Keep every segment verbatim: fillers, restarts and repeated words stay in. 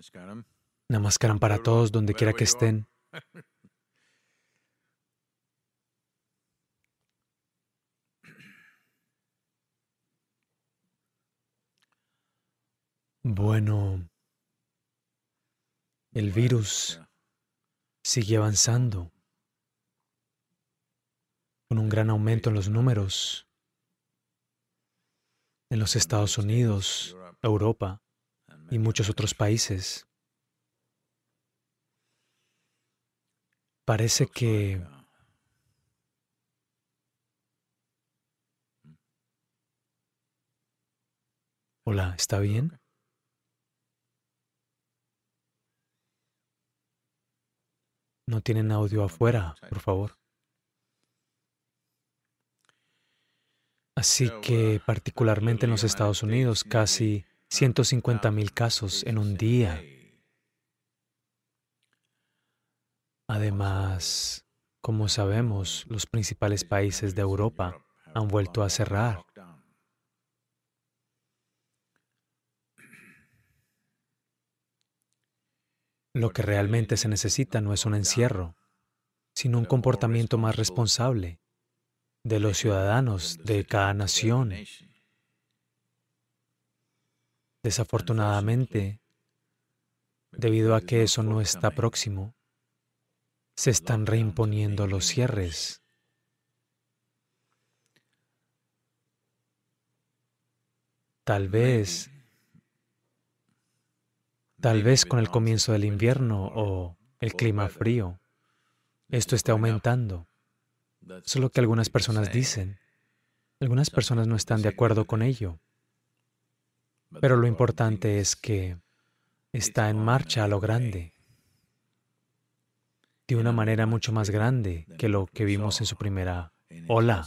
Namaskaram para todos, donde quiera que estén. Bueno, el virus sigue avanzando con un gran aumento en los números en los Estados Unidos, Europa y muchos otros países. Parece que Hola, ¿está bien? No tienen audio afuera, por favor. Así que, particularmente en los Estados Unidos, casi ciento cincuenta mil casos en un día. Además, como sabemos, los principales países de Europa han vuelto a cerrar. Lo que realmente se necesita no es un encierro, sino un comportamiento más responsable de los ciudadanos de cada nación. Desafortunadamente, debido a que eso no está próximo, se están reimponiendo los cierres. Tal vez, tal vez con el comienzo del invierno o el clima frío, esto esté aumentando. Solo que algunas personas dicen, algunas personas no están de acuerdo con ello. Pero lo importante es que está en marcha a lo grande, de una manera mucho más grande que lo que vimos en su primera ola.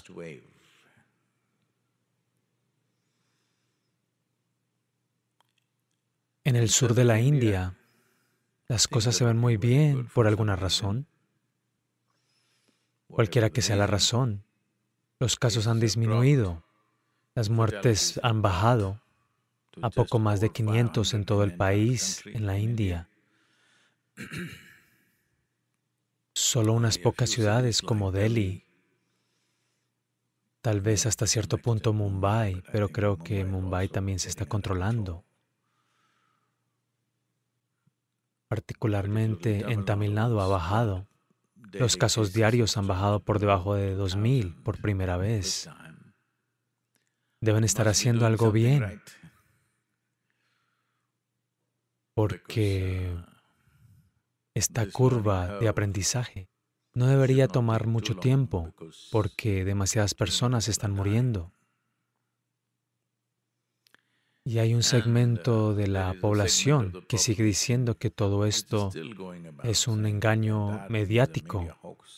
En el sur de la India, las cosas se ven muy bien por alguna razón. Cualquiera que sea la razón, los casos han disminuido, las muertes han bajado a poco más de quinientos en todo el país, en la India. Solo unas pocas ciudades como Delhi, tal vez hasta cierto punto Mumbai, pero creo que Mumbai también se está controlando. Particularmente en Tamil Nadu ha bajado. Los casos diarios han bajado por debajo de dos mil por primera vez. Deben estar haciendo algo bien, porque esta curva de aprendizaje no debería tomar mucho tiempo, porque demasiadas personas están muriendo. Y hay un segmento de la población que sigue diciendo que todo esto es un engaño mediático.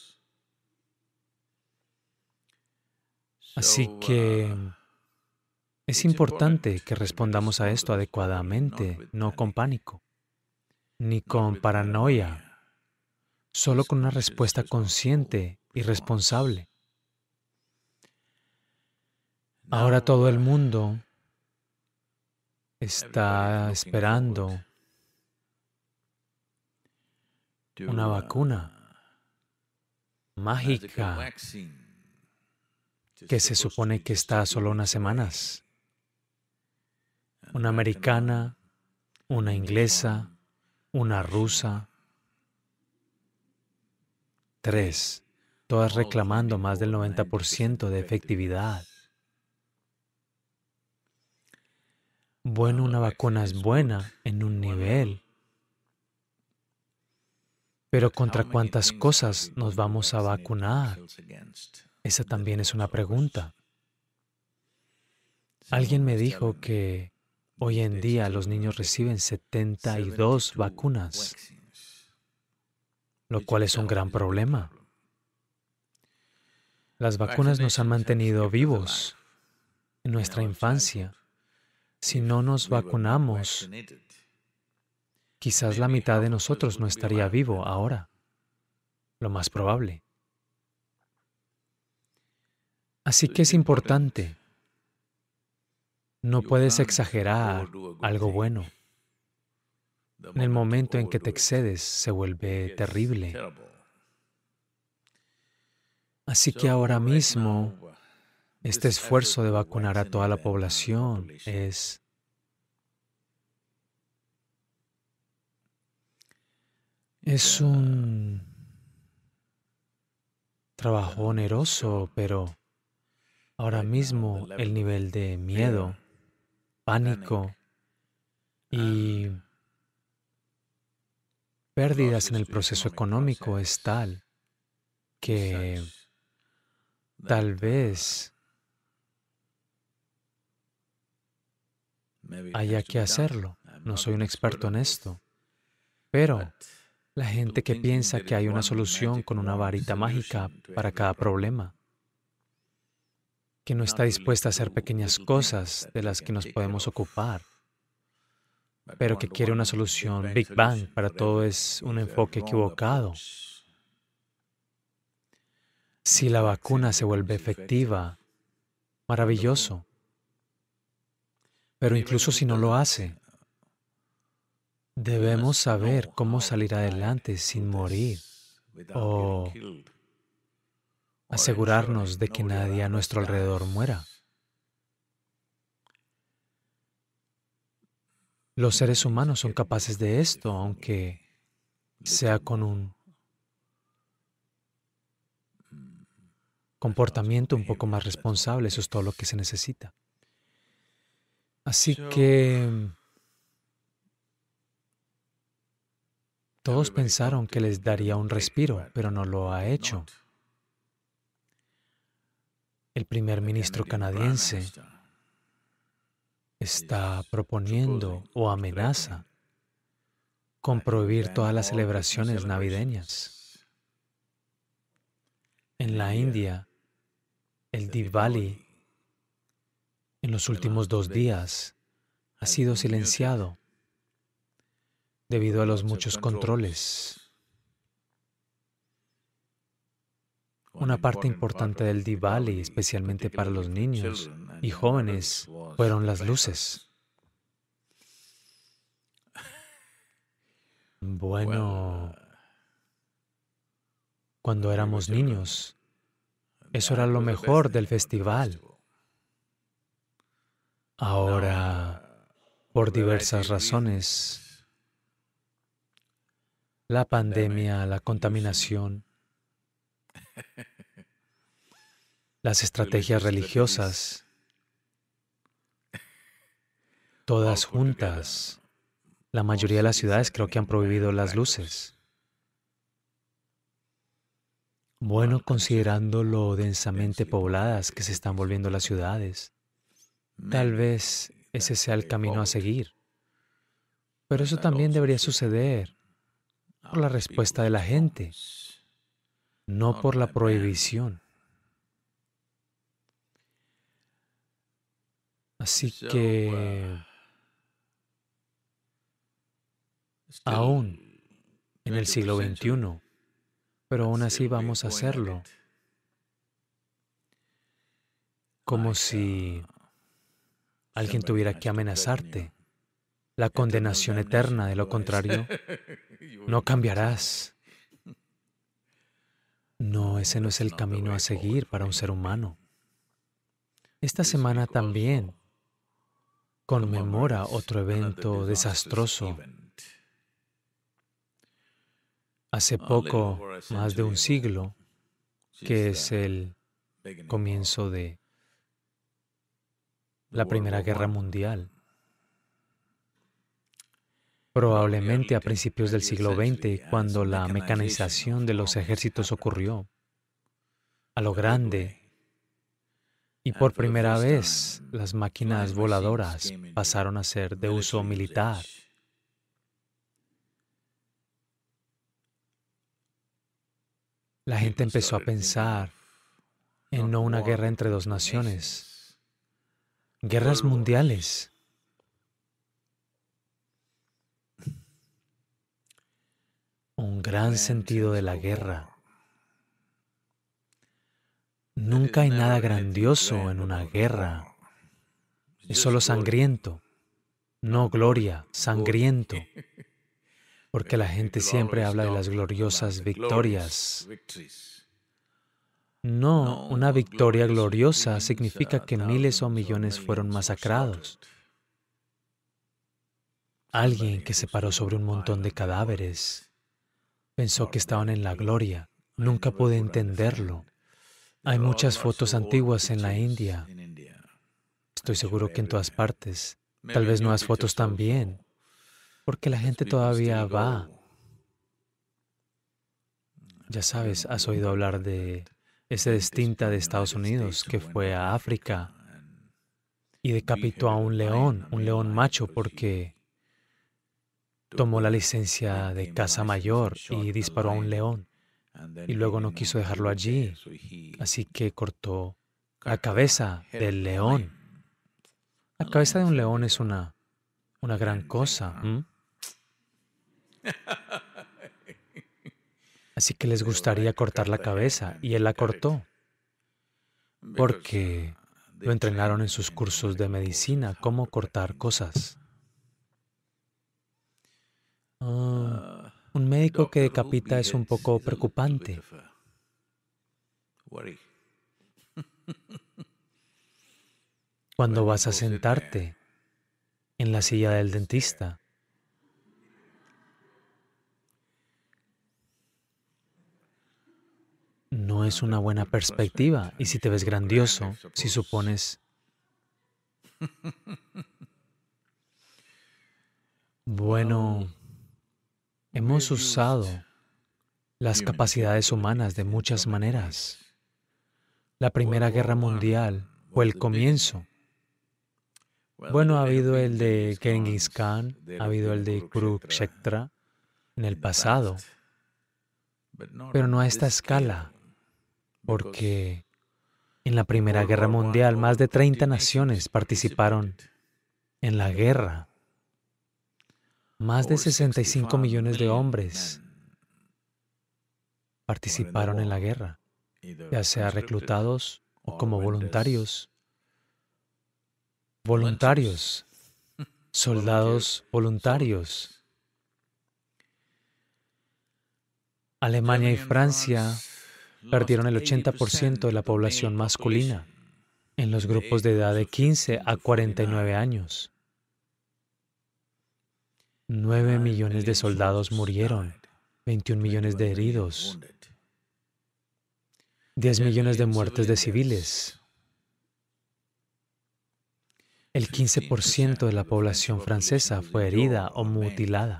Así que es importante que respondamos a esto adecuadamente, no con pánico, ni con paranoia, solo con una respuesta consciente y responsable. Ahora todo el mundo está esperando una vacuna mágica que se supone que está a solo unas semanas. Una americana, una inglesa, una rusa, tres, todas reclamando más del noventa por ciento de efectividad. Bueno, una vacuna es buena en un nivel, pero ¿contra cuántas cosas nos vamos a vacunar? Esa también es una pregunta. Alguien me dijo que hoy en día los niños reciben setenta y dos vacunas, lo cual es un gran problema. Las vacunas nos han mantenido vivos en nuestra infancia. Si no nos vacunamos, quizás la mitad de nosotros no estaría vivo ahora, lo más probable. Así que es importante. No puedes exagerar algo bueno. En el momento en que te excedes, se vuelve terrible. Así que ahora mismo, este esfuerzo de vacunar a toda la población es es un trabajo oneroso, pero ahora mismo el nivel de miedo, pánico y pérdidas en el proceso económico es tal que tal vez haya que hacerlo. No soy un experto en esto, pero la gente que piensa que hay una solución con una varita mágica para cada problema, que no está dispuesta a hacer pequeñas cosas de las que nos podemos ocupar, pero que quiere una solución Big Bang para todo, es un enfoque equivocado. Si la vacuna se vuelve efectiva, maravilloso. Pero incluso si no lo hace, debemos saber cómo salir adelante sin morir o asegurarnos de que nadie a nuestro alrededor muera. Los seres humanos son capaces de esto, aunque sea con un comportamiento un poco más responsable. Eso es todo lo que se necesita. Así que todos pensaron que les daría un respiro, pero no lo ha hecho. El primer ministro canadiense está proponiendo o amenaza con prohibir todas las celebraciones navideñas. En la India, el Diwali, en los últimos dos días, ha sido silenciado debido a los muchos controles. Una parte importante del Diwali, especialmente para los niños y jóvenes, fueron las luces. Bueno, cuando éramos niños, eso era lo mejor del festival. Ahora, por diversas razones, la pandemia, la contaminación, las estrategias religiosas, todas juntas, la mayoría de las ciudades creo que han prohibido las luces. Bueno, considerando lo densamente pobladas que se están volviendo las ciudades, tal vez ese sea el camino a seguir. Pero eso también debería suceder por la respuesta de la gente, no por la prohibición. Así que, aún en el siglo veintiuno, pero aún así vamos a hacerlo, como si alguien tuviera que amenazarte, la condenación eterna, de lo contrario, no cambiarás. No, ese no es el camino a seguir para un ser humano. Esta semana también conmemora otro evento desastroso. Hace poco, más de un siglo, que es el comienzo de la Primera Guerra Mundial. Probablemente a principios del siglo veinte, cuando la mecanización de los ejércitos ocurrió a lo grande, y por primera vez las máquinas voladoras pasaron a ser de uso militar. La gente empezó a pensar en no una guerra entre dos naciones, guerras mundiales. Un gran sentido de la guerra. Nunca hay nada grandioso en una guerra. Es solo sangriento. No gloria, sangriento. porque la gente siempre habla de las gloriosas victorias. No, una victoria gloriosa significa que miles o millones fueron masacrados. Alguien que se paró sobre un montón de cadáveres pensó que estaban en la gloria. Nunca pude entenderlo. Hay muchas fotos antiguas en la India. Estoy seguro que en todas partes. Tal vez nuevas fotos también, porque la gente todavía va. Ya sabes, has oído hablar de ese destinta de Estados Unidos que fue a África y decapitó a un león, un león macho, porque tomó la licencia de caza mayor y disparó a un león. Y luego no quiso dejarlo allí, así que cortó la cabeza del león. La cabeza de un león es una, una gran cosa. ¿m? Así que les gustaría cortar la cabeza, y él la cortó, porque lo entrenaron en sus cursos de medicina, cómo cortar cosas. Ah, un médico que decapita es un poco preocupante. Cuando vas a sentarte en la silla del dentista, no es una buena perspectiva. Y si te ves grandioso, si supones, bueno, hemos usado las capacidades humanas de muchas maneras. La Primera Guerra Mundial fue el comienzo. Bueno, ha habido el de Genghis Khan, ha habido el de Kurukshetra en el pasado, pero no a esta escala, porque en la Primera Guerra Mundial más de treinta naciones participaron en la guerra. Más de sesenta y cinco millones de hombres participaron en la guerra, ya sea reclutados o como voluntarios. Voluntarios, soldados voluntarios. Alemania y Francia perdieron el ochenta por ciento de la población masculina en los grupos de edad de quince a cuarenta y nueve años. nueve millones de soldados murieron, veintiún millones de heridos, diez millones de muertes de civiles. El quince por ciento de la población francesa fue herida o mutilada.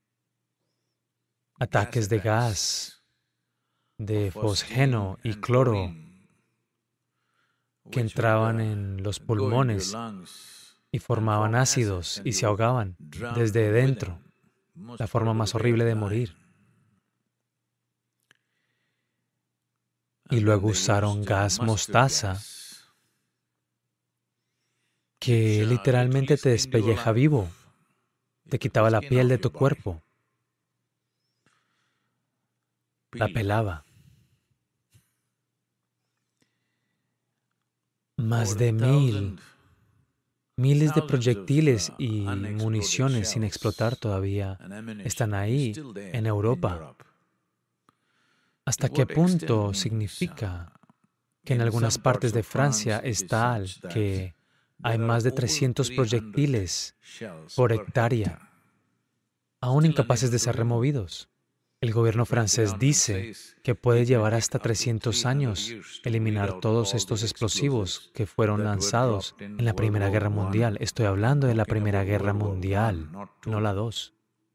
Ataques de gas, de fosgeno y cloro que entraban en los pulmones y formaban ácidos y se ahogaban desde dentro, la forma más horrible de morir. Y luego usaron gas mostaza, que literalmente te despelleja vivo, te quitaba la piel de tu cuerpo, la pelaba. Más de mil, miles de proyectiles y municiones sin explotar todavía están ahí, en Europa. ¿Hasta qué punto significa que en algunas partes de Francia es tal que hay más de trescientos proyectiles por hectárea, aún incapaces de ser removidos? El gobierno francés dice que puede llevar hasta trescientos años eliminar todos estos explosivos que fueron lanzados en la Primera Guerra Mundial. Estoy hablando de la Primera Guerra Mundial, no la dos.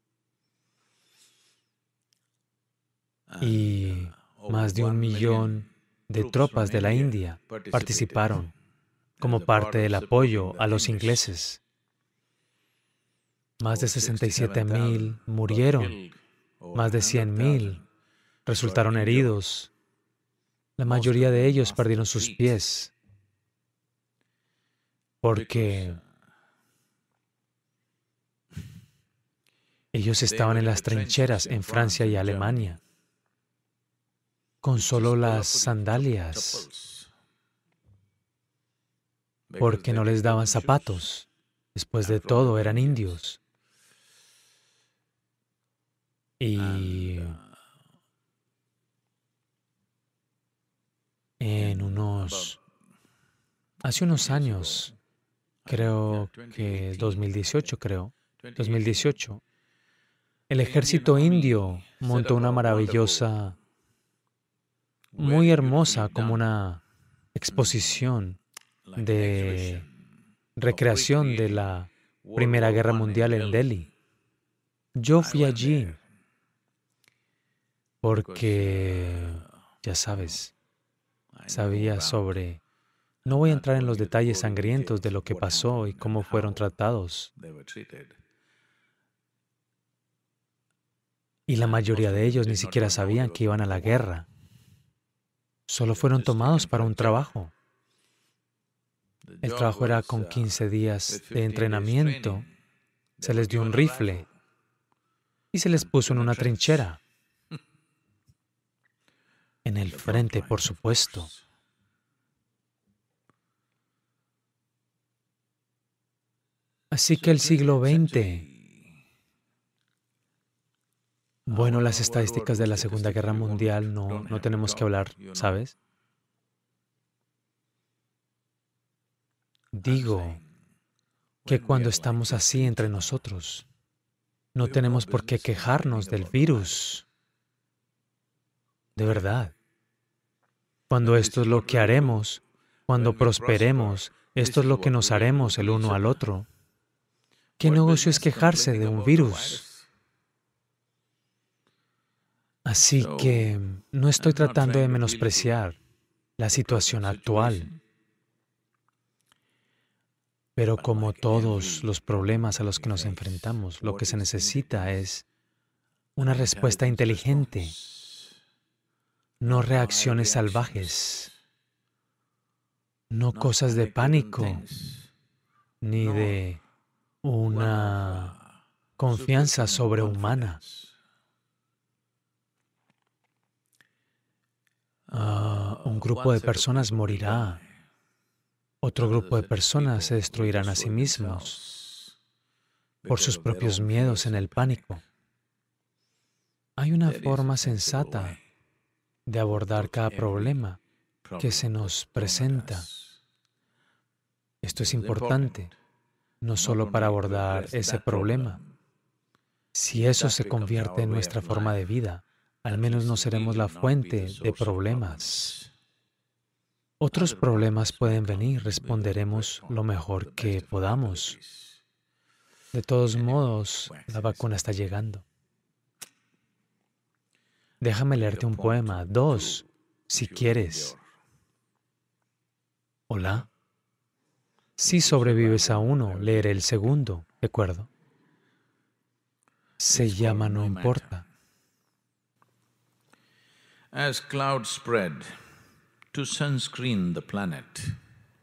Y más de un millón de tropas de la India participaron como parte del apoyo a los ingleses. Más de sesenta y siete mil murieron, más de cien mil resultaron heridos. La mayoría de ellos perdieron sus pies porque ellos estaban en las trincheras en Francia y Alemania con solo las sandalias, porque no les daban zapatos. Después de todo, eran indios. Y en unos, hace unos años, creo que dos mil dieciocho, creo, dos mil dieciocho, el ejército indio montó una maravillosa, muy hermosa, como una exposición de recreación de la Primera Guerra Mundial en Delhi. Yo fui allí porque, ya sabes, sabía sobre... No voy a entrar en los detalles sangrientos de lo que pasó y cómo fueron tratados. Y la mayoría de ellos ni siquiera sabían que iban a la guerra. Solo fueron tomados para un trabajo. El trabajo era con quince días de entrenamiento. Se les dio un rifle y se les puso en una trinchera. En el frente, por supuesto. Así que el siglo veinte, bueno, las estadísticas de la Segunda Guerra Mundial no, no tenemos que hablar, ¿sabes? Digo que cuando estamos así entre nosotros, no tenemos por qué quejarnos del virus. De verdad. Cuando esto es lo que haremos, cuando prosperemos, esto es lo que nos haremos el uno al otro. ¿Qué negocio es quejarse de un virus? Así que no estoy tratando de menospreciar la situación actual, pero como todos los problemas a los que nos enfrentamos, lo que se necesita es una respuesta inteligente, no reacciones salvajes, no cosas de pánico, ni de una confianza sobrehumana. Uh, un grupo de personas morirá, otro grupo de personas se destruirán a sí mismos por sus propios miedos en el pánico. Hay una forma sensata de abordar cada problema que se nos presenta. Esto es importante, no solo para abordar ese problema. Si eso se convierte en nuestra forma de vida, al menos no seremos la fuente de problemas. Otros problemas pueden venir, responderemos lo mejor que podamos. De todos modos, la vacuna está llegando. Déjame leerte un poema, dos, si quieres. ¿Hola? Si sobrevives a uno, leeré el segundo, ¿de acuerdo? Se llama No Importa. As clouds spread to sunscreen the planet,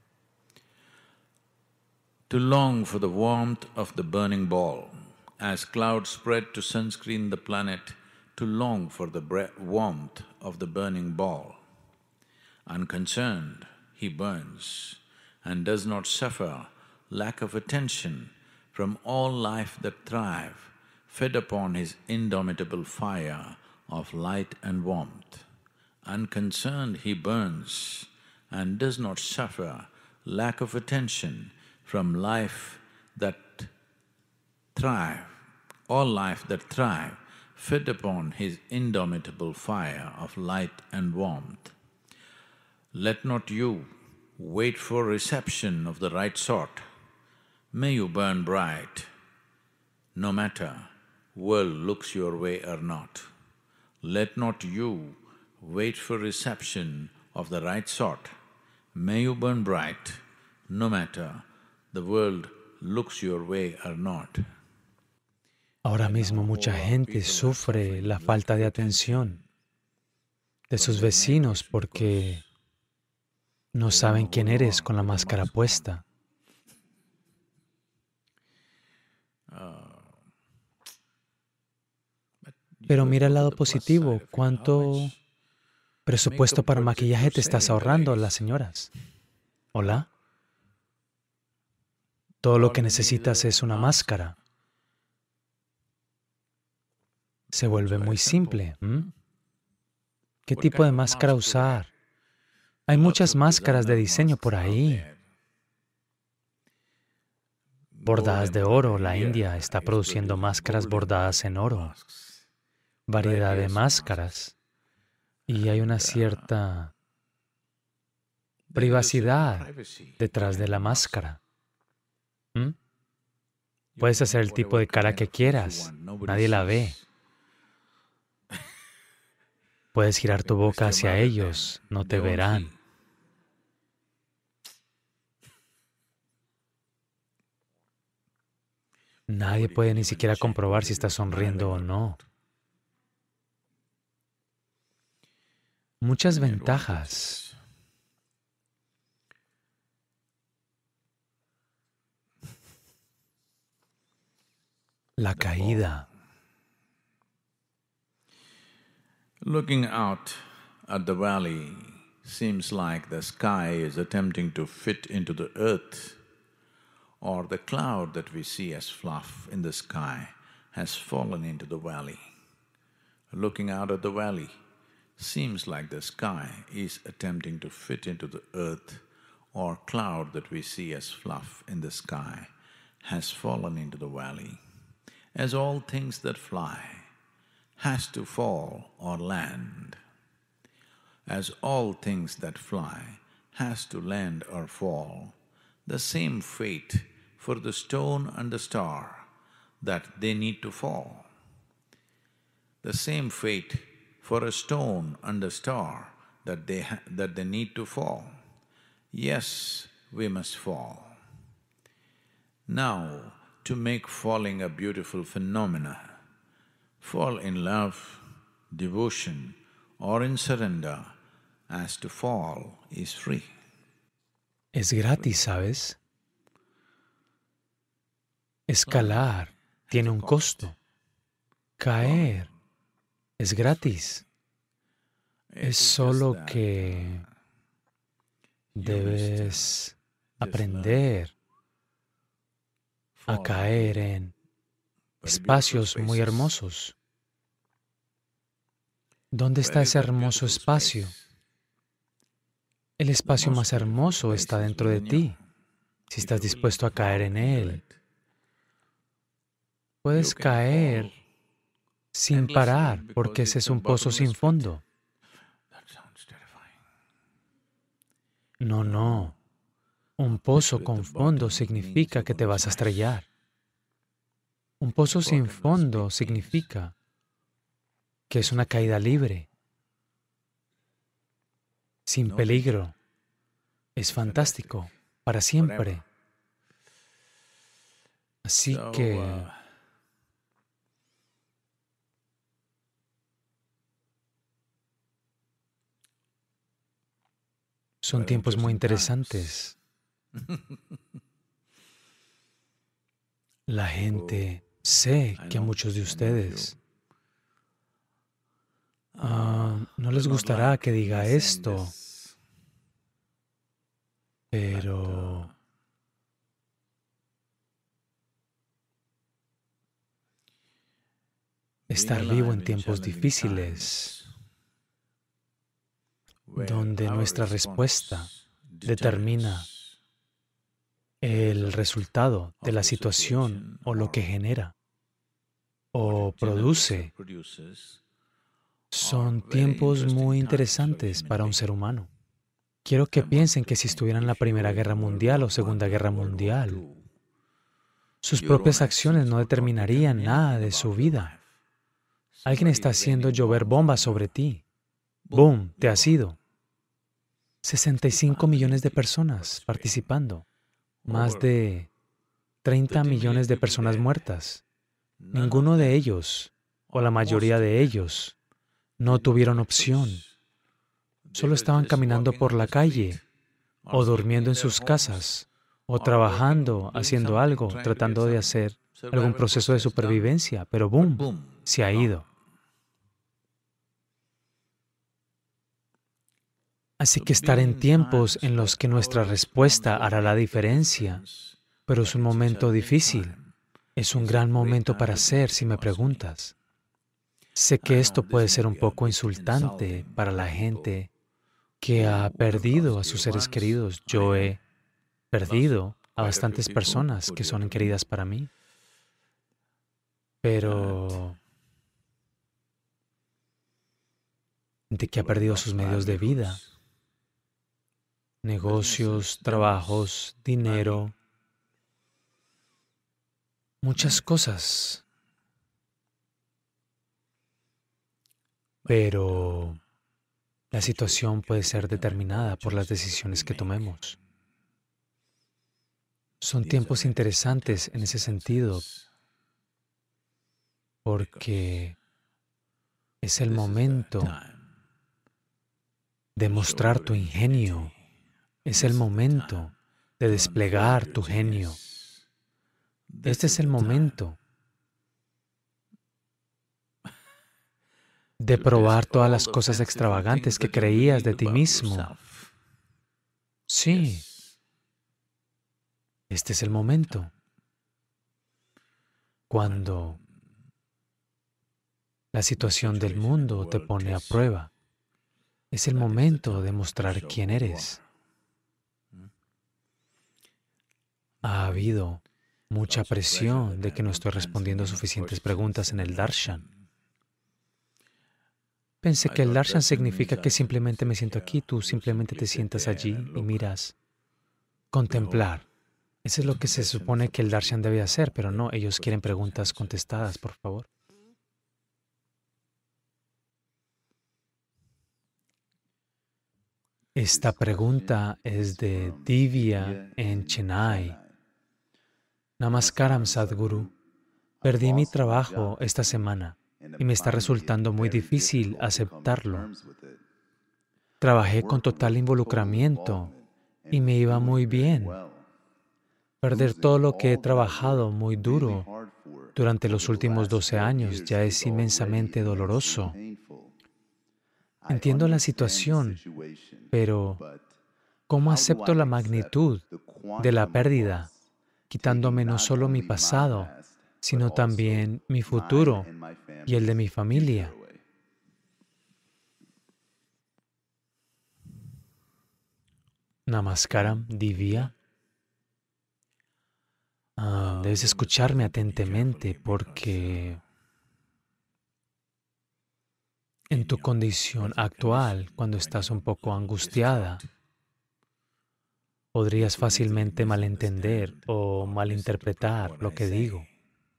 to long for the warmth of the burning ball, as clouds spread to sunscreen the planet, to long for the warmth of the burning ball. Unconcerned, he burns and does not suffer lack of attention from all life that thrive, fed upon his indomitable fire of light and warmth. Unconcerned, he burns and does not suffer lack of attention from life that thrive, all life that thrive, fed upon his indomitable fire of light and warmth. Let not you wait for reception of the right sort. May you burn bright, no matter world looks your way or not. Let not you wait for reception of the right sort. May you burn bright, no matter the world looks your way or not. Ahora mismo mucha gente sufre la falta de atención de sus vecinos porque no saben quién eres con la máscara puesta. Pero mira el lado positivo, ¿cuánto presupuesto para maquillaje te estás ahorrando, las señoras? ¿Hola? Todo lo que necesitas es una máscara. se vuelve muy simple. ¿m? ¿Qué tipo de máscara usar? Hay muchas máscaras de diseño por ahí. Bordadas de oro. La India está produciendo máscaras bordadas en oro. Variedad de máscaras. Y hay una cierta privacidad detrás de la máscara. ¿Mm? Puedes hacer el tipo de cara que quieras. Nadie la ve. Puedes girar tu boca hacia ellos. No te verán. Nadie puede ni siquiera comprobar si estás sonriendo o no. Muchas ventajas. La caída. Looking out at the valley seems like the sky is attempting to fit into the earth, or the cloud that we see as fluff in the sky has fallen into the valley. Looking out at the valley seems like the sky is attempting to fit into the earth, or cloud that we see as fluff in the sky has fallen into the valley. As all things that fly has to fall or land, as all things that fly has to land or fall, the same fate for the stone and the star that they need to fall. The same fate for a stone and a star that they ha- that they need to fall. Yes, we must fall. Now, to make falling a beautiful phenomena, fall in love, devotion, or in surrender, as to fall is free. Es gratis, ¿sabes? Escalar tiene un costo. Caer es gratis. Es solo que debes aprender a caer en espacios muy hermosos. ¿Dónde está ese hermoso espacio? El espacio más hermoso está dentro de ti, si estás dispuesto a caer en él. Puedes caer sin parar, porque ese es un pozo sin fondo. No, no. Un pozo con fondo significa que te vas a estrellar. Un pozo sin fondo significa que es una caída libre, sin peligro. Es fantástico, para siempre. Así que son tiempos muy interesantes. La gente, sé que a muchos de ustedes uh, no les gustará que diga esto, pero estar vivo en tiempos difíciles, donde nuestra respuesta determina el resultado de la situación o lo que genera o produce, son tiempos muy interesantes para un ser humano. Quiero que piensen que si estuvieran en la Primera Guerra Mundial o Segunda Guerra Mundial, sus propias acciones no determinarían nada de su vida. Alguien está haciendo llover bombas sobre ti. ¡Boom! Te has ido. sesenta y cinco millones de personas participando. Más de treinta millones de personas muertas. Ninguno de ellos, o la mayoría de ellos, no tuvieron opción. Solo estaban caminando por la calle, o durmiendo en sus casas, o trabajando, haciendo algo, tratando de hacer algún proceso de supervivencia, pero ¡boom!, se ha ido. Así que estar en tiempos en los que nuestra respuesta hará la diferencia, pero es un momento difícil. Es un gran momento para hacer, si me preguntas. Sé que esto puede ser un poco insultante para la gente que ha perdido a sus seres queridos. Yo he perdido a bastantes personas que son queridas para mí, pero gente que ha perdido sus medios de vida, negocios, trabajos, dinero, muchas cosas. Pero la situación puede ser determinada por las decisiones que tomemos. Son tiempos interesantes en ese sentido, porque es el momento de mostrar tu ingenio, es el momento de desplegar tu genio. Este es el momento de probar todas las cosas extravagantes que creías de ti mismo. Sí, este es el momento cuando la situación del mundo te pone a prueba. Es el momento de mostrar quién eres. Ha habido mucha presión de que no estoy respondiendo suficientes preguntas en el darshan. Pensé que el darshan significa que simplemente me siento aquí, tú simplemente te sientas allí y miras. Contemplar. Eso es lo que se supone que el darshan debe hacer, pero no, ellos quieren preguntas contestadas, por favor. Esta pregunta es de Divya en Chennai. Namaskaram, Sadhguru. Perdí mi trabajo esta semana y me está resultando muy difícil aceptarlo. Trabajé con total involucramiento y me iba muy bien. Perder todo lo que he trabajado muy duro durante los últimos doce años ya es inmensamente doloroso. Entiendo la situación, pero ¿cómo acepto la magnitud de la pérdida, quitándome no solo mi pasado, sino también mi futuro y el de mi familia? Namaskaram, Divya. Ah, debes escucharme atentamente porque en tu condición actual, cuando estás un poco angustiada, podrías fácilmente malentender o malinterpretar lo que digo.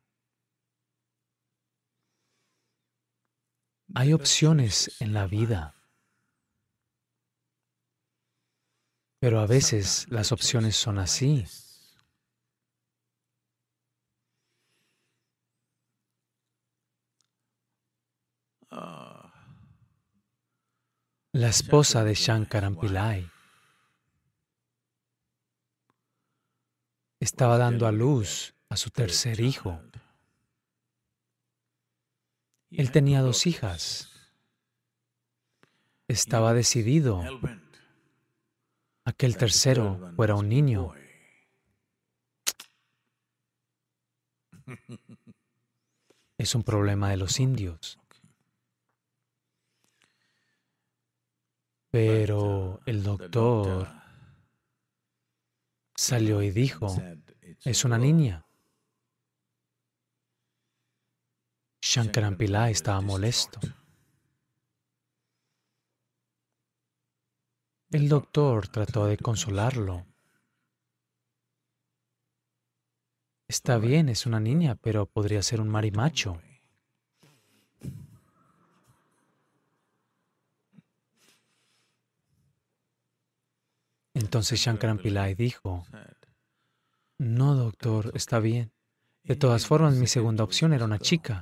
Hay opciones en la vida, pero a veces las opciones son así. La esposa de Shankaran Pillai estaba dando a luz a su tercer hijo. Él tenía dos hijas. Estaba decidido a que el tercero fuera un niño. Es un problema de los indios. Pero el doctor salió y dijo, es una niña. Shankaran Pillai estaba molesto. El doctor trató de consolarlo. Está bien, es una niña, pero podría ser un marimacho. Entonces Shankaran Pillai dijo, no, doctor, está bien. De todas formas, mi segunda opción era una chica.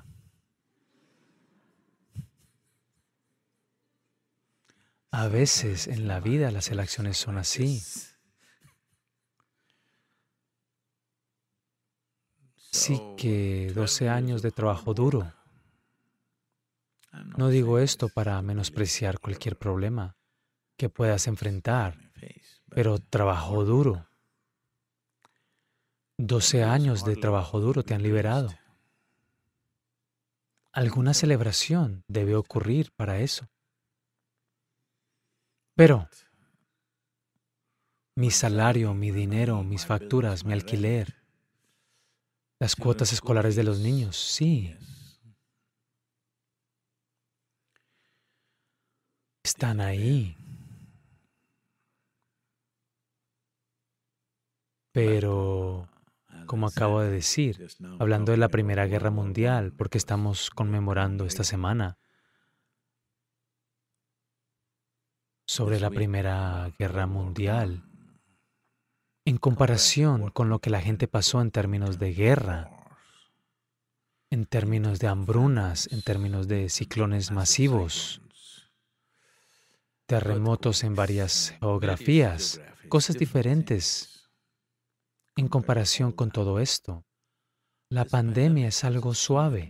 A veces en la vida las elecciones son así. Sí que doce años de trabajo duro. No digo esto para menospreciar cualquier problema que puedas enfrentar, pero trabajo duro. doce años de trabajo duro te han liberado. alguna celebración debe ocurrir para eso. Pero mi salario, mi dinero, mis facturas, mi alquiler, las cuotas escolares de los niños, sí, están ahí. Pero, como acabo de decir, hablando de la Primera Guerra Mundial, porque estamos conmemorando esta semana sobre la Primera Guerra Mundial, en comparación con lo que la gente pasó en términos de guerra, en términos de hambrunas, en términos de ciclones masivos, terremotos en varias geografías, cosas diferentes. En comparación con todo esto, la pandemia es algo suave,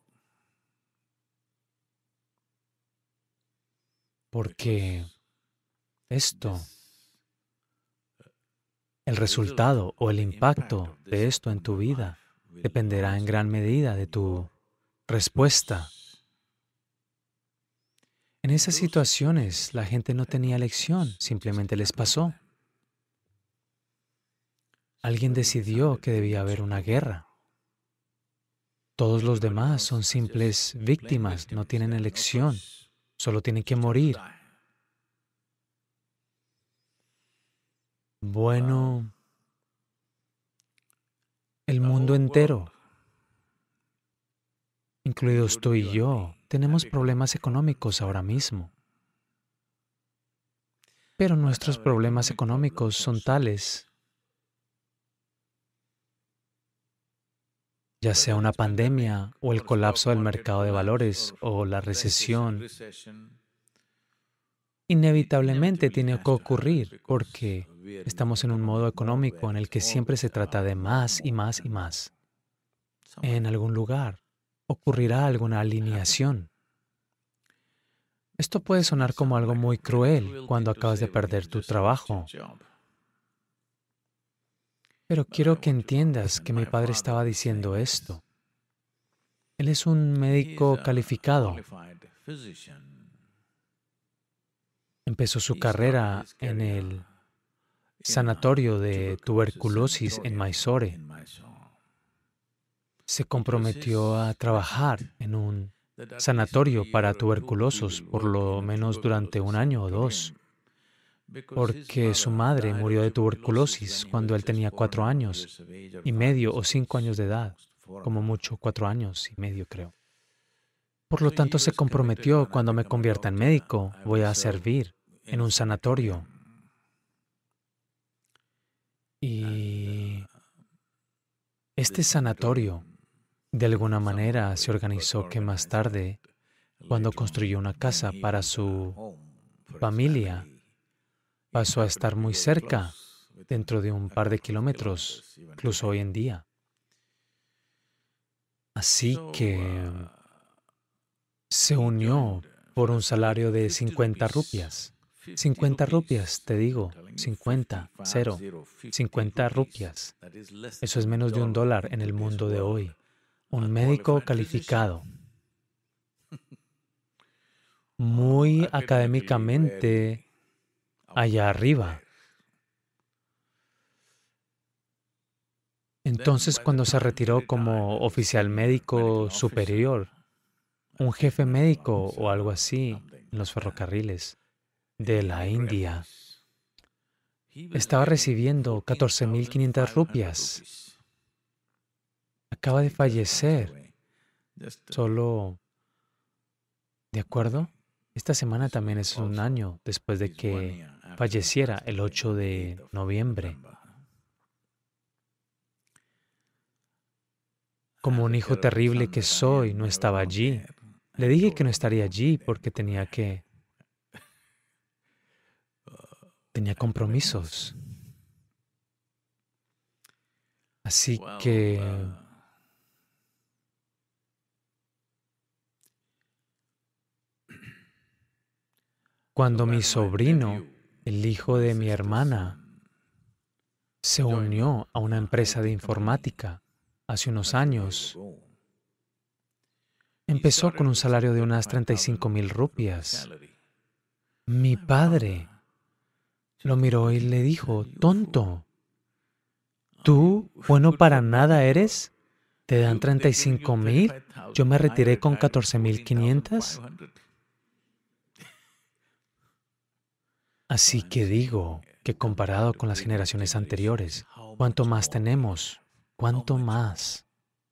porque esto, el resultado o el impacto de esto en tu vida dependerá en gran medida de tu respuesta. En esas situaciones, la gente no tenía elección, simplemente les pasó. Alguien decidió que debía haber una guerra. Todos los demás son simples víctimas, no tienen elección, solo tienen que morir. Bueno, el mundo entero, incluidos tú y yo, tenemos problemas económicos ahora mismo. Pero nuestros problemas económicos son tales, ya sea una pandemia o el colapso del mercado de valores o la recesión, inevitablemente tiene que ocurrir porque estamos en un modo económico en el que siempre se trata de más y más y más. En algún lugar ocurrirá alguna alineación. Esto puede sonar como algo muy cruel cuando acabas de perder tu trabajo. Pero quiero que entiendas que mi padre estaba diciendo esto. Él es un médico calificado. Empezó su carrera en el sanatorio de tuberculosis en Mysore. Se comprometió a trabajar en un sanatorio para tuberculosos por lo menos durante un año o dos, porque su madre murió de tuberculosis cuando él tenía cuatro años y medio o cinco años de edad, como mucho cuatro años y medio creo. Por lo tanto, se comprometió: cuando me convierta en médico, voy a servir en un sanatorio. Y este sanatorio, de alguna manera, se organizó que más tarde, cuando construyó una casa para su familia, pasó a estar muy cerca, dentro de un par de kilómetros, incluso hoy en día. Así que se unió por un salario de cincuenta rupias. cincuenta rupias, te digo, cincuenta, cero, cincuenta rupias. Eso es menos de un dólar en el mundo de hoy. Un médico calificado, muy académicamente allá arriba. Entonces, cuando se retiró como oficial médico superior, un jefe médico o algo así en los ferrocarriles de la India, estaba recibiendo catorce mil quinientas rupias. Acaba de fallecer. Solo, ¿de acuerdo? Esta semana también es un año después de que falleciera el ocho de noviembre. Como un hijo terrible que soy, no estaba allí. Le dije que no estaría allí porque tenía que... tenía compromisos. Así que... cuando mi sobrino, el hijo de mi hermana, se unió a una empresa de informática hace unos años, Empezó con un salario de unas treinta y cinco mil rupias. Mi padre lo miró y le dijo, tonto, ¿tú bueno para nada eres? ¿Te dan treinta y cinco mil? Yo me retiré con catorce mil quinientas. Así que digo que comparado con las generaciones anteriores, ¿cuánto más tenemos? ¿Cuánto más?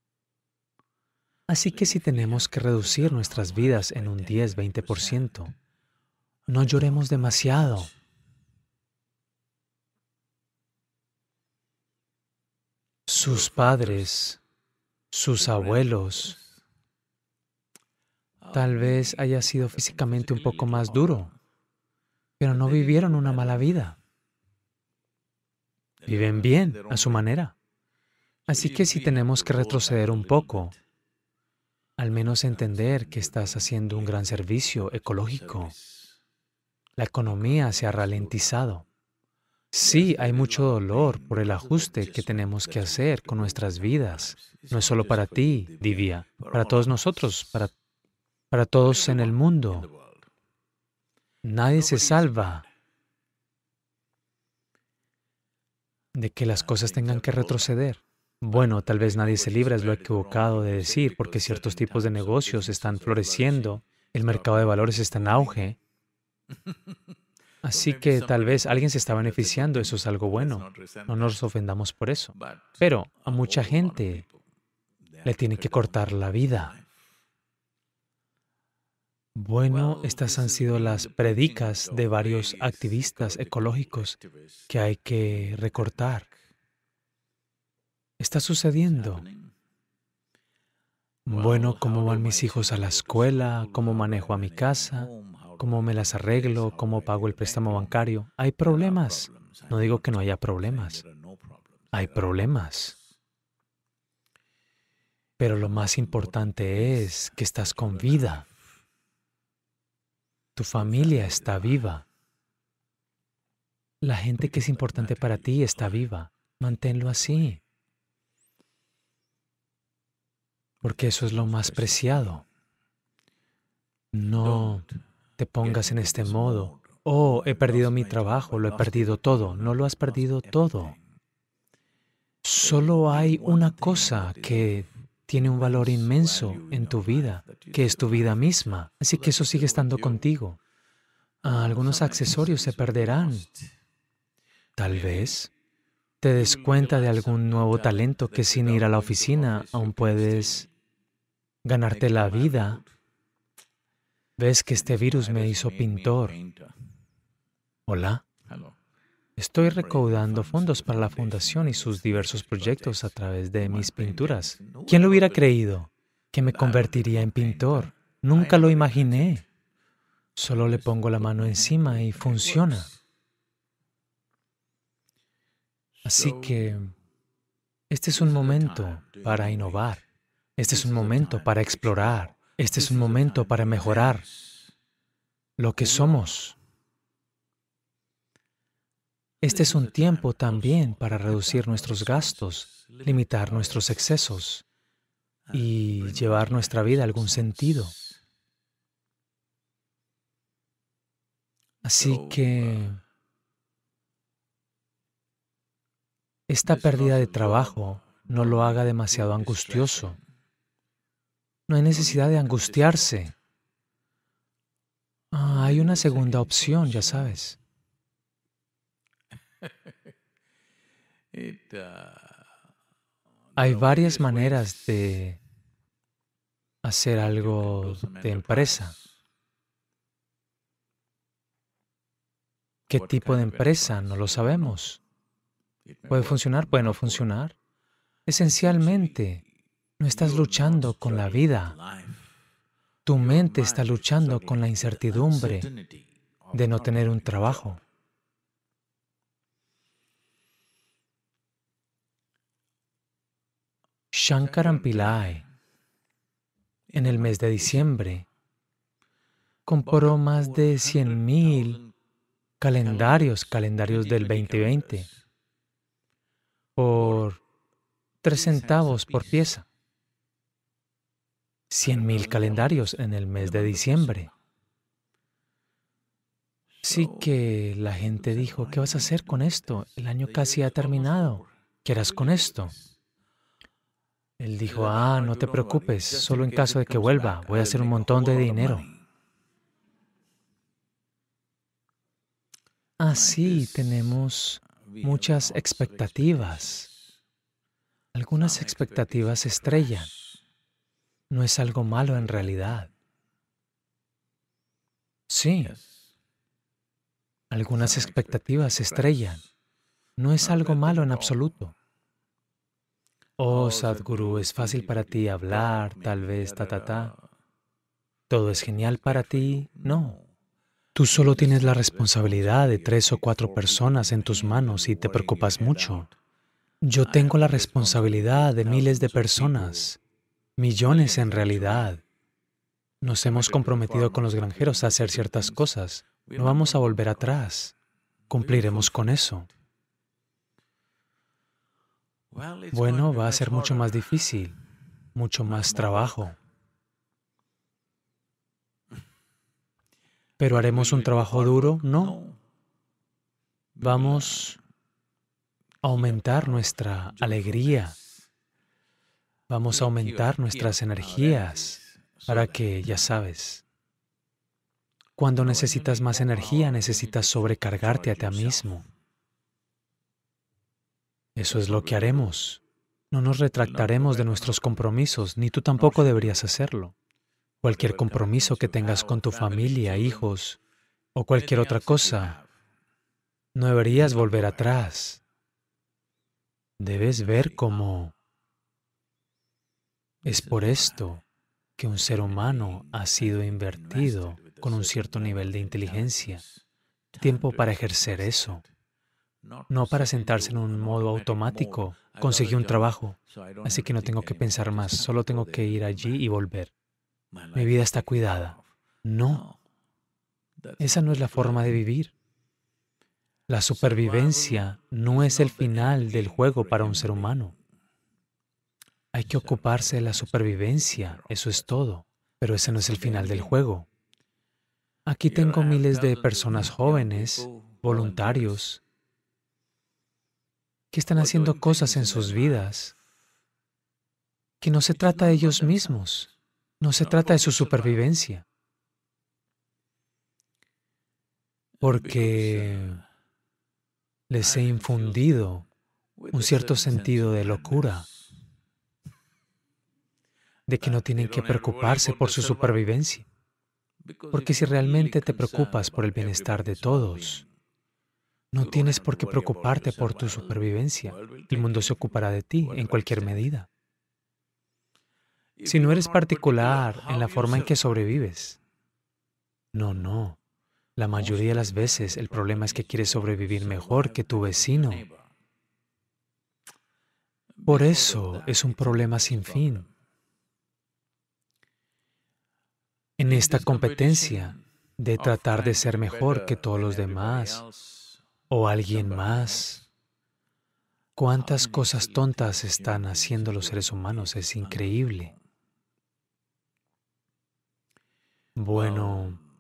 Así que si tenemos que reducir nuestras vidas en un diez, veinte por ciento, no lloremos demasiado. Sus padres, sus abuelos, tal vez haya sido físicamente un poco más duro, pero no vivieron una mala vida. Viven bien, a su manera. Así que si tenemos que retroceder un poco, al menos entender que estás haciendo un gran servicio ecológico. La economía se ha ralentizado. Sí, hay mucho dolor por el ajuste que tenemos que hacer con nuestras vidas. No es solo para ti, Divya, para todos nosotros, para, para todos en el mundo. Nadie se salva de que las cosas tengan que retroceder. Bueno, tal vez nadie se libra, es lo equivocado de decir, porque ciertos tipos de negocios están floreciendo, el mercado de valores está en auge, así que tal vez alguien se está beneficiando, eso es algo bueno, no nos ofendamos por eso. Pero a mucha gente le tiene que cortar la vida. Bueno, estas han sido las predicas de varios activistas ecológicos que hay que recortar. Está sucediendo. Bueno, ¿cómo van mis hijos a la escuela? ¿Cómo manejo a mi casa? ¿Cómo me las arreglo? ¿Cómo pago el préstamo bancario? Hay problemas. No digo que no haya problemas. Hay problemas. Pero lo más importante es que estás con vida. Tu familia está viva. La gente que es importante para ti está viva. Manténlo así. Porque eso es lo más preciado. No te pongas en este modo. Oh, he perdido mi trabajo, lo he perdido todo. No lo has perdido todo. Solo hay una cosa que tiene un valor inmenso en tu vida, que es tu vida misma. Así que eso sigue estando contigo. Ah, algunos accesorios se perderán. Tal vez te des cuenta de algún nuevo talento que sin ir a la oficina aún puedes ganarte la vida. Ves que este virus me hizo pintor. Hola. Estoy recaudando fondos para la fundación y sus diversos proyectos a través de mis pinturas. ¿Quién lo hubiera creído que me convertiría en pintor? Nunca lo imaginé. Solo le pongo la mano encima y funciona. Así que este es un momento para innovar. Este es un momento para explorar. Este es un momento para mejorar lo que somos. Este es un tiempo también para reducir nuestros gastos, limitar nuestros excesos y llevar nuestra vida a algún sentido. Así que esta pérdida de trabajo no lo haga demasiado angustioso. No hay necesidad de angustiarse. Ah, hay una segunda opción, ya sabes. Hay varias maneras de hacer algo de empresa. ¿Qué tipo de empresa? No lo sabemos. ¿Puede funcionar? ¿Puede no funcionar? Esencialmente, no estás luchando con la vida. Tu mente está luchando con la incertidumbre de no tener un trabajo. Shankaran Pillai, en el mes de diciembre, compró más de cien mil calendarios, calendarios del veinte veinte, por tres centavos por pieza. cien mil calendarios en el mes de diciembre. Así que la gente dijo, ¿qué vas a hacer con esto? El año casi ha terminado. ¿Qué harás con esto? Él dijo, ah, no te preocupes, solo en caso de que vuelva, voy a hacer un montón de dinero. Así tenemos muchas expectativas. Algunas expectativas se estrellan. No es algo malo en realidad. Sí. Algunas expectativas se estrellan. No es algo malo en absoluto. Oh, Sadhguru, es fácil para ti hablar, tal vez, ta, ta, ta. ¿Todo es genial para ti? No. Tú solo tienes la responsabilidad de tres o cuatro personas en tus manos y te preocupas mucho. Yo tengo la responsabilidad de miles de personas, millones en realidad. Nos hemos comprometido con los granjeros a hacer ciertas cosas. No vamos a volver atrás. Cumpliremos con eso. Bueno, va a ser mucho más difícil, mucho más trabajo. ¿Pero haremos un trabajo duro? No. Vamos a aumentar nuestra alegría. Vamos a aumentar nuestras energías para que, ya sabes, cuando necesitas más energía, necesitas sobrecargarte a ti mismo. Eso es lo que haremos. No nos retractaremos de nuestros compromisos, ni tú tampoco deberías hacerlo. Cualquier compromiso que tengas con tu familia, hijos o cualquier otra cosa, no deberías volver atrás. Debes ver cómo es por esto que un ser humano ha sido invertido con un cierto nivel de inteligencia, tiempo para ejercer eso, no para sentarse en un modo automático. Conseguí un trabajo, así que no tengo que pensar más, solo tengo que ir allí y volver. Mi vida está cuidada. No, esa no es la forma de vivir. La supervivencia no es el final del juego para un ser humano. Hay que ocuparse de la supervivencia, eso es todo, pero ese no es el final del juego. Aquí tengo miles de personas jóvenes, voluntarios, que están haciendo cosas en sus vidas que no se trata de ellos mismos. No se trata de su supervivencia, porque les he infundido un cierto sentido de locura, de que no tienen que preocuparse por su supervivencia, porque si realmente te preocupas por el bienestar de todos, no tienes por qué preocuparte por tu supervivencia. El mundo se ocupará de ti en cualquier medida. Si no eres particular en la forma en que sobrevives. No, no. La mayoría de las veces el problema es que quieres sobrevivir mejor que tu vecino. Por eso es un problema sin fin. En esta competencia de tratar de ser mejor que todos los demás o alguien más, cuántas cosas tontas están haciendo los seres humanos, es increíble. Bueno,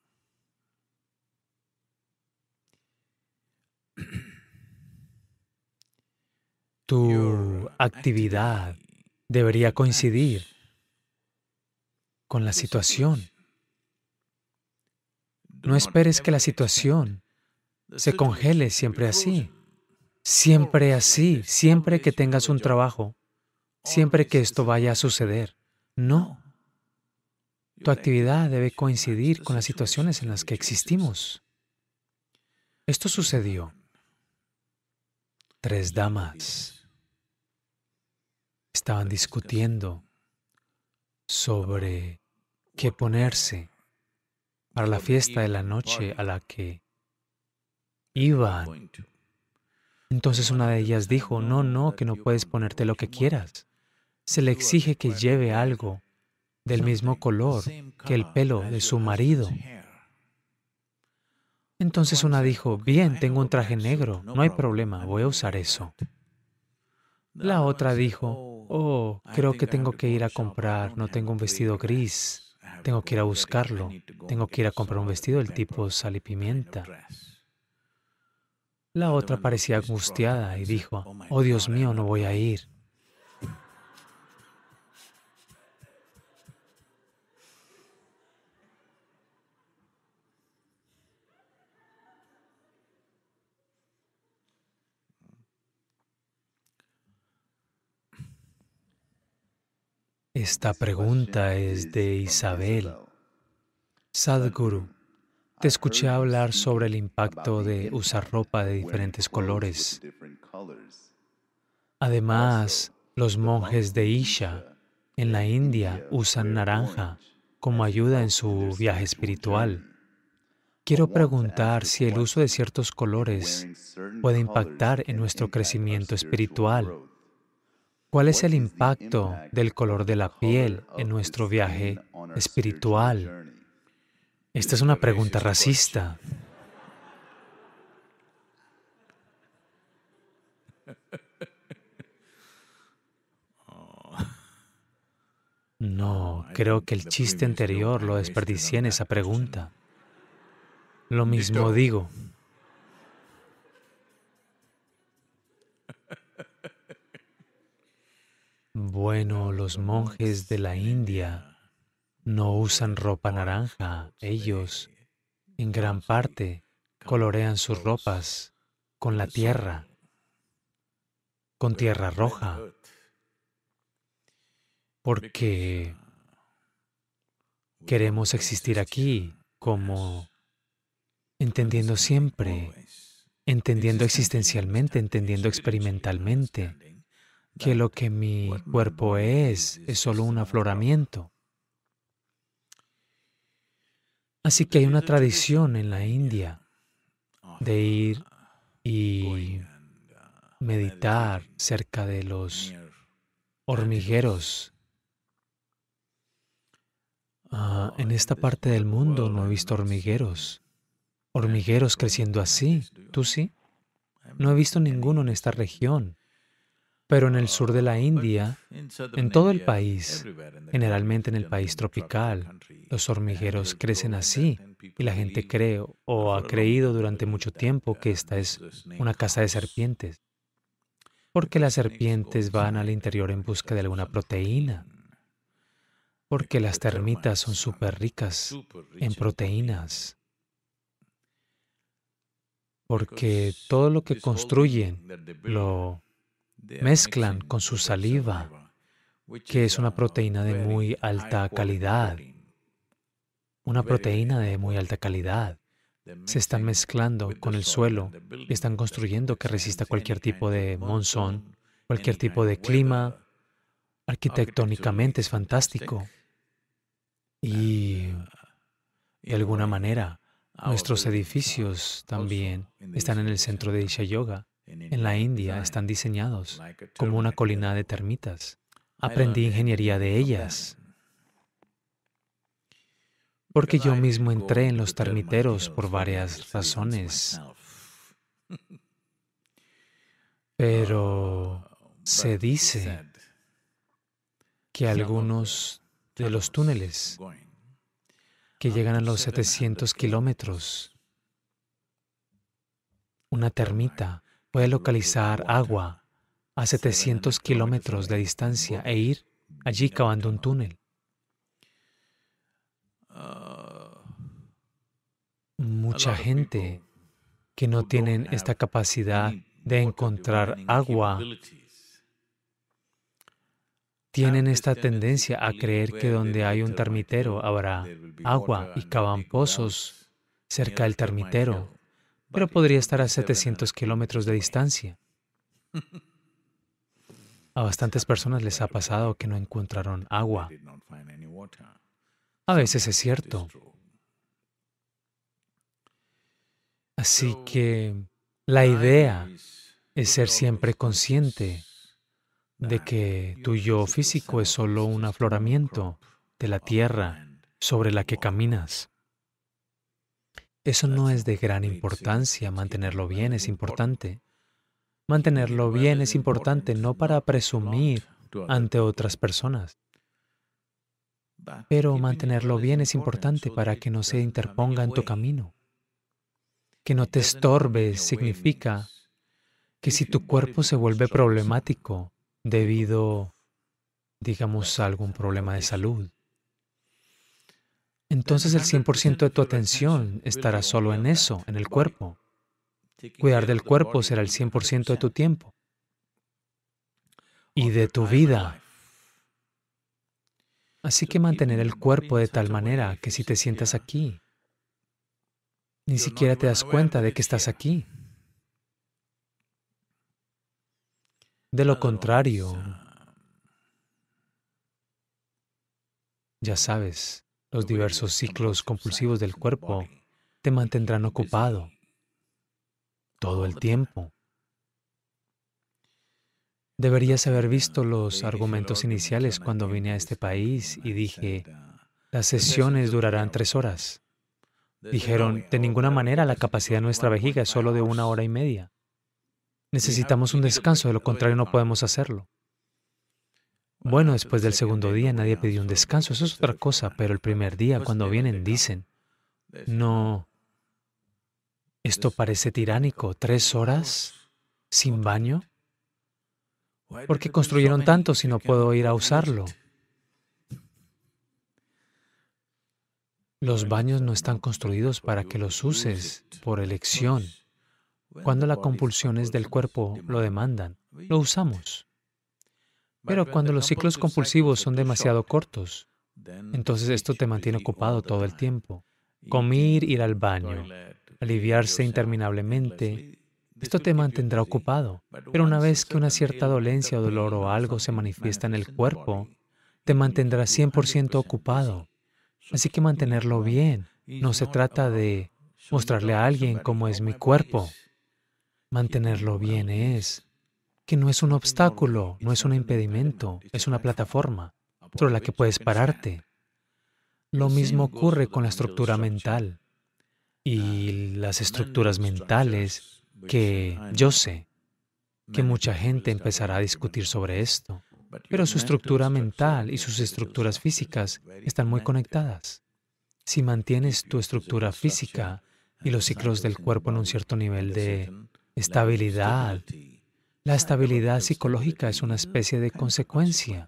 tu actividad debería coincidir con la situación. No esperes que la situación se congele siempre así, siempre así, siempre que tengas un trabajo, siempre que esto vaya a suceder. No. Tu actividad debe coincidir con las situaciones en las que existimos. Esto sucedió. Tres damas estaban discutiendo sobre qué ponerse para la fiesta de la noche a la que iban. Entonces una de ellas dijo, no, no, que no puedes ponerte lo que quieras. Se le exige que lleve algo del mismo color que el pelo de su marido. Entonces una dijo, bien, tengo un traje negro, no hay problema, voy a usar eso. La otra dijo, oh, creo que tengo que ir a comprar, no tengo un vestido gris, tengo que ir a buscarlo, tengo que ir a comprar un vestido del tipo sal y pimienta. La otra parecía angustiada y dijo, oh Dios mío, no voy a ir. Esta pregunta es de Isabel. Sadhguru, te escuché hablar sobre el impacto de usar ropa de diferentes colores. Además, los monjes de Isha en la India usan naranja como ayuda en su viaje espiritual. Quiero preguntar si el uso de ciertos colores puede impactar en nuestro crecimiento espiritual. ¿Cuál es el impacto del color de la piel en nuestro viaje espiritual? Esta es una pregunta racista. No, creo que el chiste anterior lo desperdicié en esa pregunta. Lo mismo digo. Bueno, los monjes de la India no usan ropa naranja. Ellos, en gran parte, colorean sus ropas con la tierra, con tierra roja, porque queremos existir aquí como entendiendo siempre, entendiendo existencialmente, entendiendo experimentalmente, que lo que mi cuerpo es es solo un afloramiento. Así que hay una tradición en la India de ir y meditar cerca de los hormigueros. Ah, en esta parte del mundo no he visto hormigueros. Hormigueros creciendo así. ¿Tú sí? No he visto ninguno en esta región. Pero en el sur de la India, en todo el país, generalmente en el país tropical, los hormigueros crecen así y la gente cree o ha creído durante mucho tiempo que esta es una casa de serpientes, porque las serpientes van al interior en busca de alguna proteína, porque las termitas son súper ricas en proteínas, porque todo lo que construyen lo mezclan con su saliva, que es una proteína de muy alta calidad. Una proteína de muy alta calidad. Se están mezclando con el suelo y están construyendo que resista cualquier tipo de monzón, cualquier tipo de clima. Arquitectónicamente es fantástico. Y de alguna manera, nuestros edificios también están en el centro de Isha Yoga. En la India están diseñados como una colina de termitas. Aprendí ingeniería de ellas, porque yo mismo entré en los termiteros por varias razones. Pero se dice que algunos de los túneles que llegan a los setecientos kilómetros, una termita puede localizar agua a setecientos kilómetros de distancia e ir allí cavando un túnel. Mucha gente que no tienen esta capacidad de encontrar agua tienen esta tendencia a creer que donde hay un termitero habrá agua y cavan pozos cerca del termitero, pero podría estar a setecientos kilómetros de distancia. A bastantes personas les ha pasado que no encontraron agua. A veces es cierto. Así que la idea es ser siempre consciente de que tu yo físico es solo un afloramiento de la tierra sobre la que caminas. Eso no es de gran importancia, mantenerlo bien es importante. Mantenerlo bien es importante no para presumir ante otras personas. Pero mantenerlo bien es importante para que no se interponga en tu camino. Que no te estorbe significa que si tu cuerpo se vuelve problemático debido, digamos, a algún problema de salud, entonces el cien por ciento de tu atención estará solo en eso, en el cuerpo. Cuidar del cuerpo será el cien por ciento de tu tiempo y de tu vida. Así que mantener el cuerpo de tal manera que si te sientas aquí, ni siquiera te das cuenta de que estás aquí. De lo contrario, ya sabes, los diversos ciclos compulsivos del cuerpo te mantendrán ocupado todo el tiempo. Deberías haber visto los argumentos iniciales cuando vine a este país y dije, las sesiones durarán tres horas. Dijeron, de ninguna manera la capacidad de nuestra vejiga es solo de una hora y media. Necesitamos un descanso, de lo contrario no podemos hacerlo. Bueno, después del segundo día nadie pidió un descanso, eso es otra cosa, pero el primer día cuando vienen dicen, no, esto parece tiránico, ¿tres horas sin baño? ¿Por qué construyeron tanto si no puedo ir a usarlo? Los baños no están construidos para que los uses por elección. Cuando las compulsiones del cuerpo lo demandan, lo usamos. Pero cuando los ciclos compulsivos son demasiado cortos, entonces esto te mantiene ocupado todo el tiempo. Comer, ir al baño, aliviarse interminablemente, esto te mantendrá ocupado. Pero una vez que una cierta dolencia o dolor o algo se manifiesta en el cuerpo, te mantendrá cien por ciento ocupado. Así que mantenerlo bien. No se trata de mostrarle a alguien cómo es mi cuerpo. Mantenerlo bien es que no es un obstáculo, no es un impedimento, es una plataforma sobre la que puedes pararte. Lo mismo ocurre con la estructura mental y las estructuras mentales que yo sé que mucha gente empezará a discutir sobre esto, pero su estructura mental y sus estructuras físicas están muy conectadas. Si mantienes tu estructura física y los ciclos del cuerpo en un cierto nivel de estabilidad, la estabilidad psicológica es una especie de consecuencia.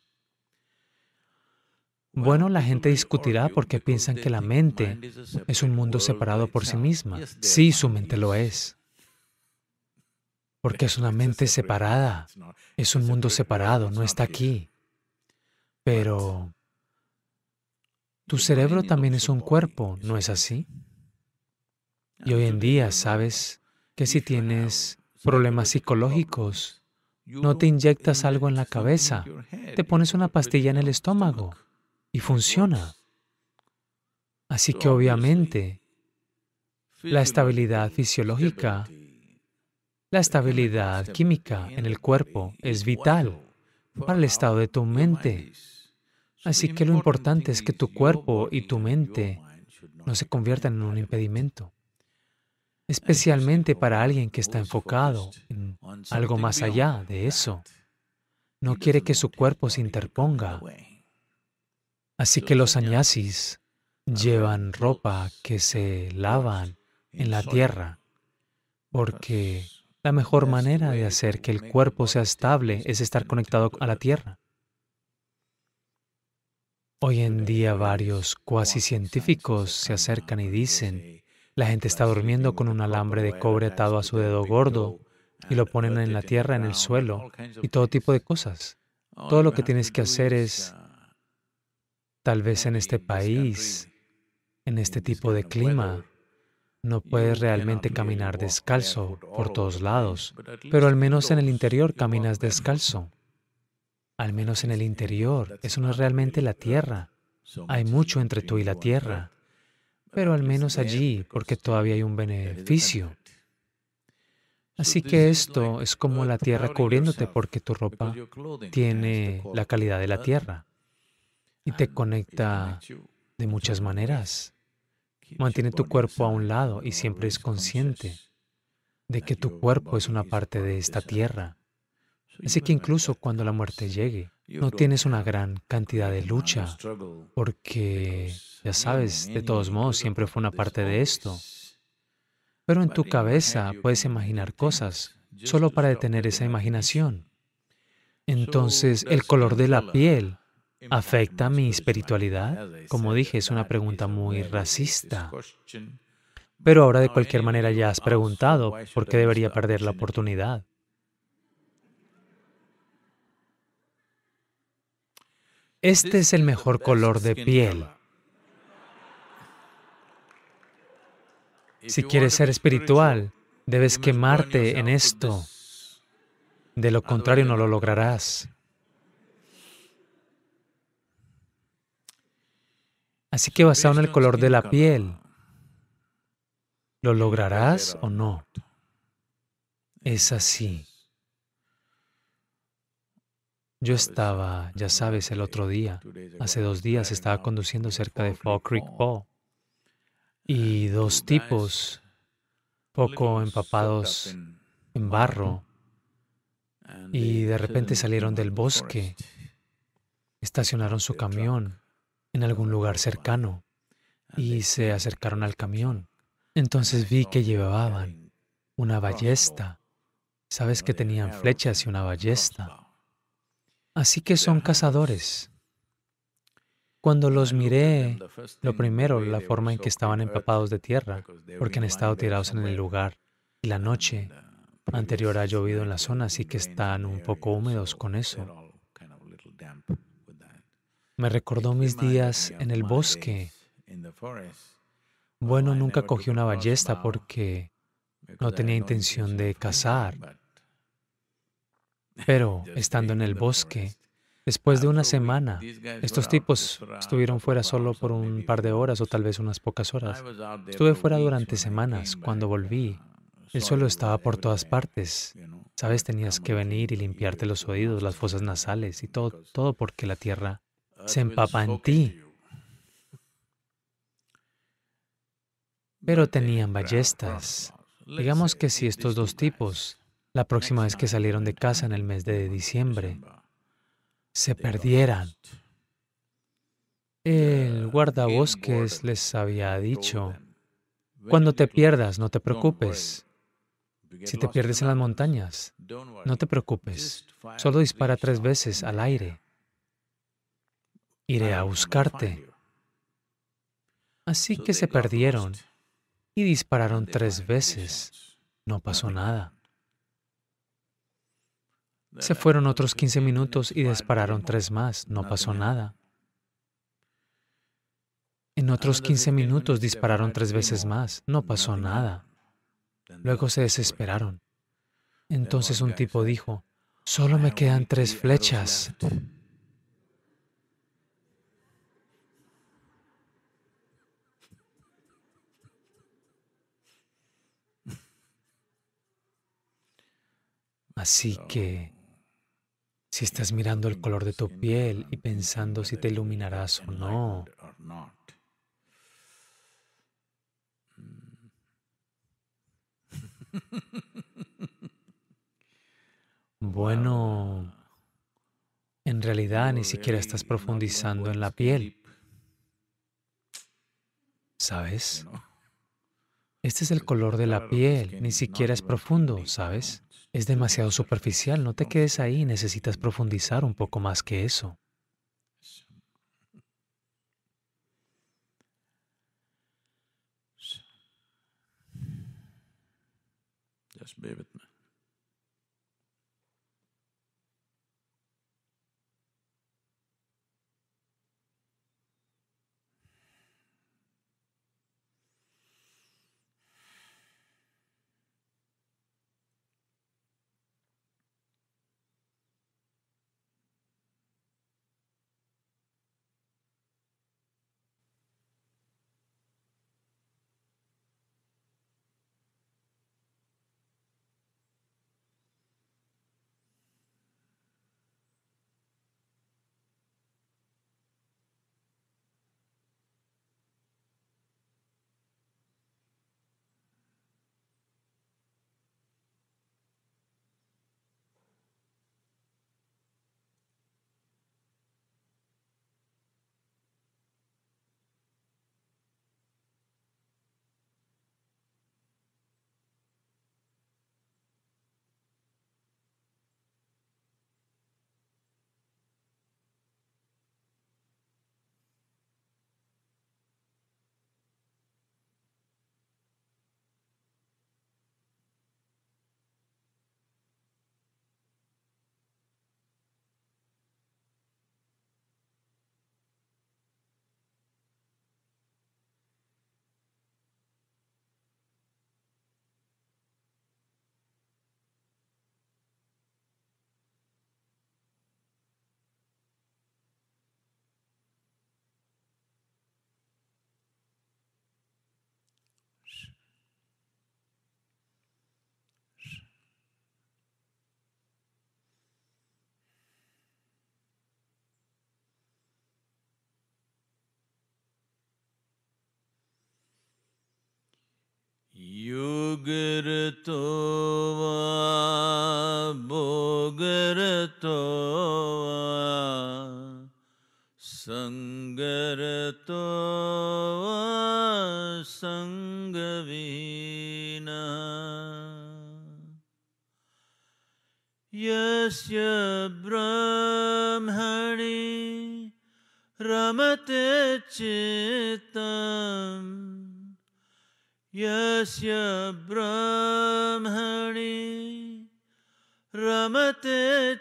Bueno, la gente discutirá porque piensan que la mente es un mundo separado por sí misma. Sí, su mente lo es. Porque es una mente separada. Es un mundo separado, no está aquí. Pero tu cerebro también es un cuerpo, ¿no es así? Y hoy en día sabes que si tienes problemas psicológicos, no te inyectas algo en la cabeza, te pones una pastilla en el estómago y funciona. Así que obviamente, la estabilidad fisiológica, la estabilidad química en el cuerpo es vital para el estado de tu mente. Así que lo importante es que tu cuerpo y tu mente no se conviertan en un impedimento. Especialmente para alguien que está enfocado en algo más allá de eso. No quiere que su cuerpo se interponga. Así que los sannyasis llevan ropa que se lavan en la tierra, porque la mejor manera de hacer que el cuerpo sea estable es estar conectado a la tierra. Hoy en día varios cuasi científicos se acercan y dicen, la gente está durmiendo con un alambre de cobre atado a su dedo gordo y lo ponen en la tierra, en el suelo, y todo tipo de cosas. Todo lo que tienes que hacer es, tal vez en este país, en este tipo de clima, no puedes realmente caminar descalzo por todos lados, pero al menos en el interior caminas descalzo. Al menos en el interior, eso no es realmente la tierra. Hay mucho entre tú y la tierra. Pero al menos allí, porque todavía hay un beneficio. Así que esto es como la tierra cubriéndote porque tu ropa tiene la calidad de la tierra y te conecta de muchas maneras. Mantiene tu cuerpo a un lado y siempre es consciente de que tu cuerpo es una parte de esta tierra. Así que incluso cuando la muerte llegue, no tienes una gran cantidad de lucha, porque, ya sabes, de todos modos siempre fue una parte de esto. Pero en tu cabeza puedes imaginar cosas solo para detener esa imaginación. Entonces, ¿el color de la piel afecta mi espiritualidad? Como dije, es una pregunta muy racista. Pero ahora de cualquier manera ya has preguntado, ¿por qué debería perder la oportunidad? Este es el mejor color de piel. Si quieres ser espiritual, debes quemarte en esto. De lo contrario, no lo lograrás. Así que basado en el color de la piel, ¿lo lograrás o no? Es así. Yo estaba, ya sabes, el otro día, hace dos días, estaba conduciendo cerca de Fall Creek Falls y dos tipos, poco empapados en barro, y de repente salieron del bosque, estacionaron su camión en algún lugar cercano y se acercaron al camión. Entonces vi que llevaban una ballesta. Sabes que tenían flechas y una ballesta. Así que son cazadores. Cuando los miré, lo primero, la forma en que estaban empapados de tierra, porque han estado tirados en el lugar, y la noche anterior ha llovido en la zona, así que están un poco húmedos con eso. Me recordó mis días en el bosque. Bueno, nunca cogí una ballesta porque no tenía intención de cazar, pero estando en el bosque, después de una semana, estos tipos estuvieron fuera solo por un par de horas o tal vez unas pocas horas. Estuve fuera durante semanas. Cuando volví, el suelo estaba por todas partes. Sabes, tenías que venir y limpiarte los oídos, las fosas nasales y todo, todo porque la tierra se empapa en ti. Pero tenían ballestas. Digamos que si estos dos tipos, la próxima vez que salieron de casa en el mes de diciembre, se perdieran, el guardabosques les había dicho, cuando te pierdas, no te preocupes. Si te pierdes en las montañas, no te preocupes. Solo dispara tres veces al aire. Iré a buscarte. Así que se perdieron y dispararon tres veces. No pasó nada. Se fueron otros quince minutos y dispararon tres más. No pasó nada. En otros quince minutos dispararon tres veces más. No pasó nada. Luego se desesperaron. Entonces un tipo dijo, solo me quedan tres flechas. Así que, si estás mirando el color de tu piel y pensando si te iluminarás o no, bueno, en realidad ni siquiera estás profundizando en la piel, ¿sabes? Este es el color de la piel, ni siquiera es profundo, ¿sabes? Es demasiado superficial, no te quedes ahí, necesitas profundizar un poco más que eso. Just be with me. Bhogarato va, Bhogarato va, Sangarato va, Sangavina. Yasya brahmani ramate chitam, Yasya brahmani ramate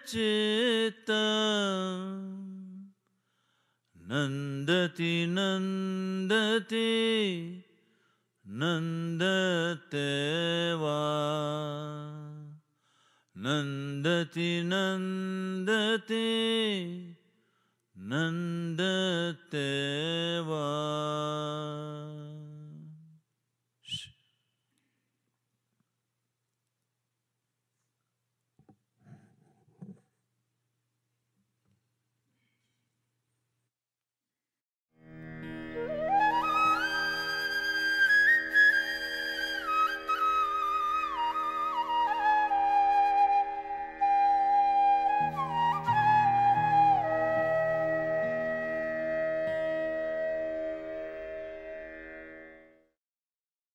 chitam, Nandati nandati nandate va, Nandati nandati nandate va.